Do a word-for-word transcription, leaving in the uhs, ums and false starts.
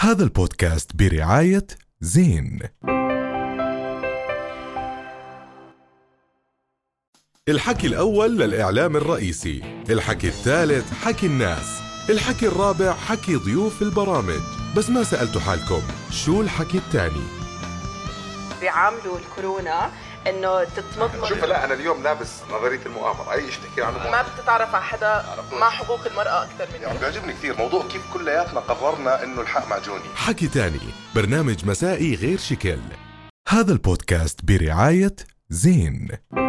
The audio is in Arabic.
هذا البودكاست برعاية زين. الحكي الأول للإعلام الرئيسي، الحكي الثالث حكي الناس، الحكي الرابع حكي ضيوف البرامج. بس ما سألتوا حالكم شو الحكي الثاني؟ بيعاملوا الكورونا انه تتمضمض. شوف لا انا اليوم لابس نظريه المؤامره، اي شيء تحكي عنه ما بتتعرف على حدا مع حقوق المراه اكثر مني. يعني بيعجبني كثير موضوع كيف كلياتنا قررنا انه الحق معجوني. حكي تاني، برنامج مسائي غير شكل. هذا البودكاست برعاية زين.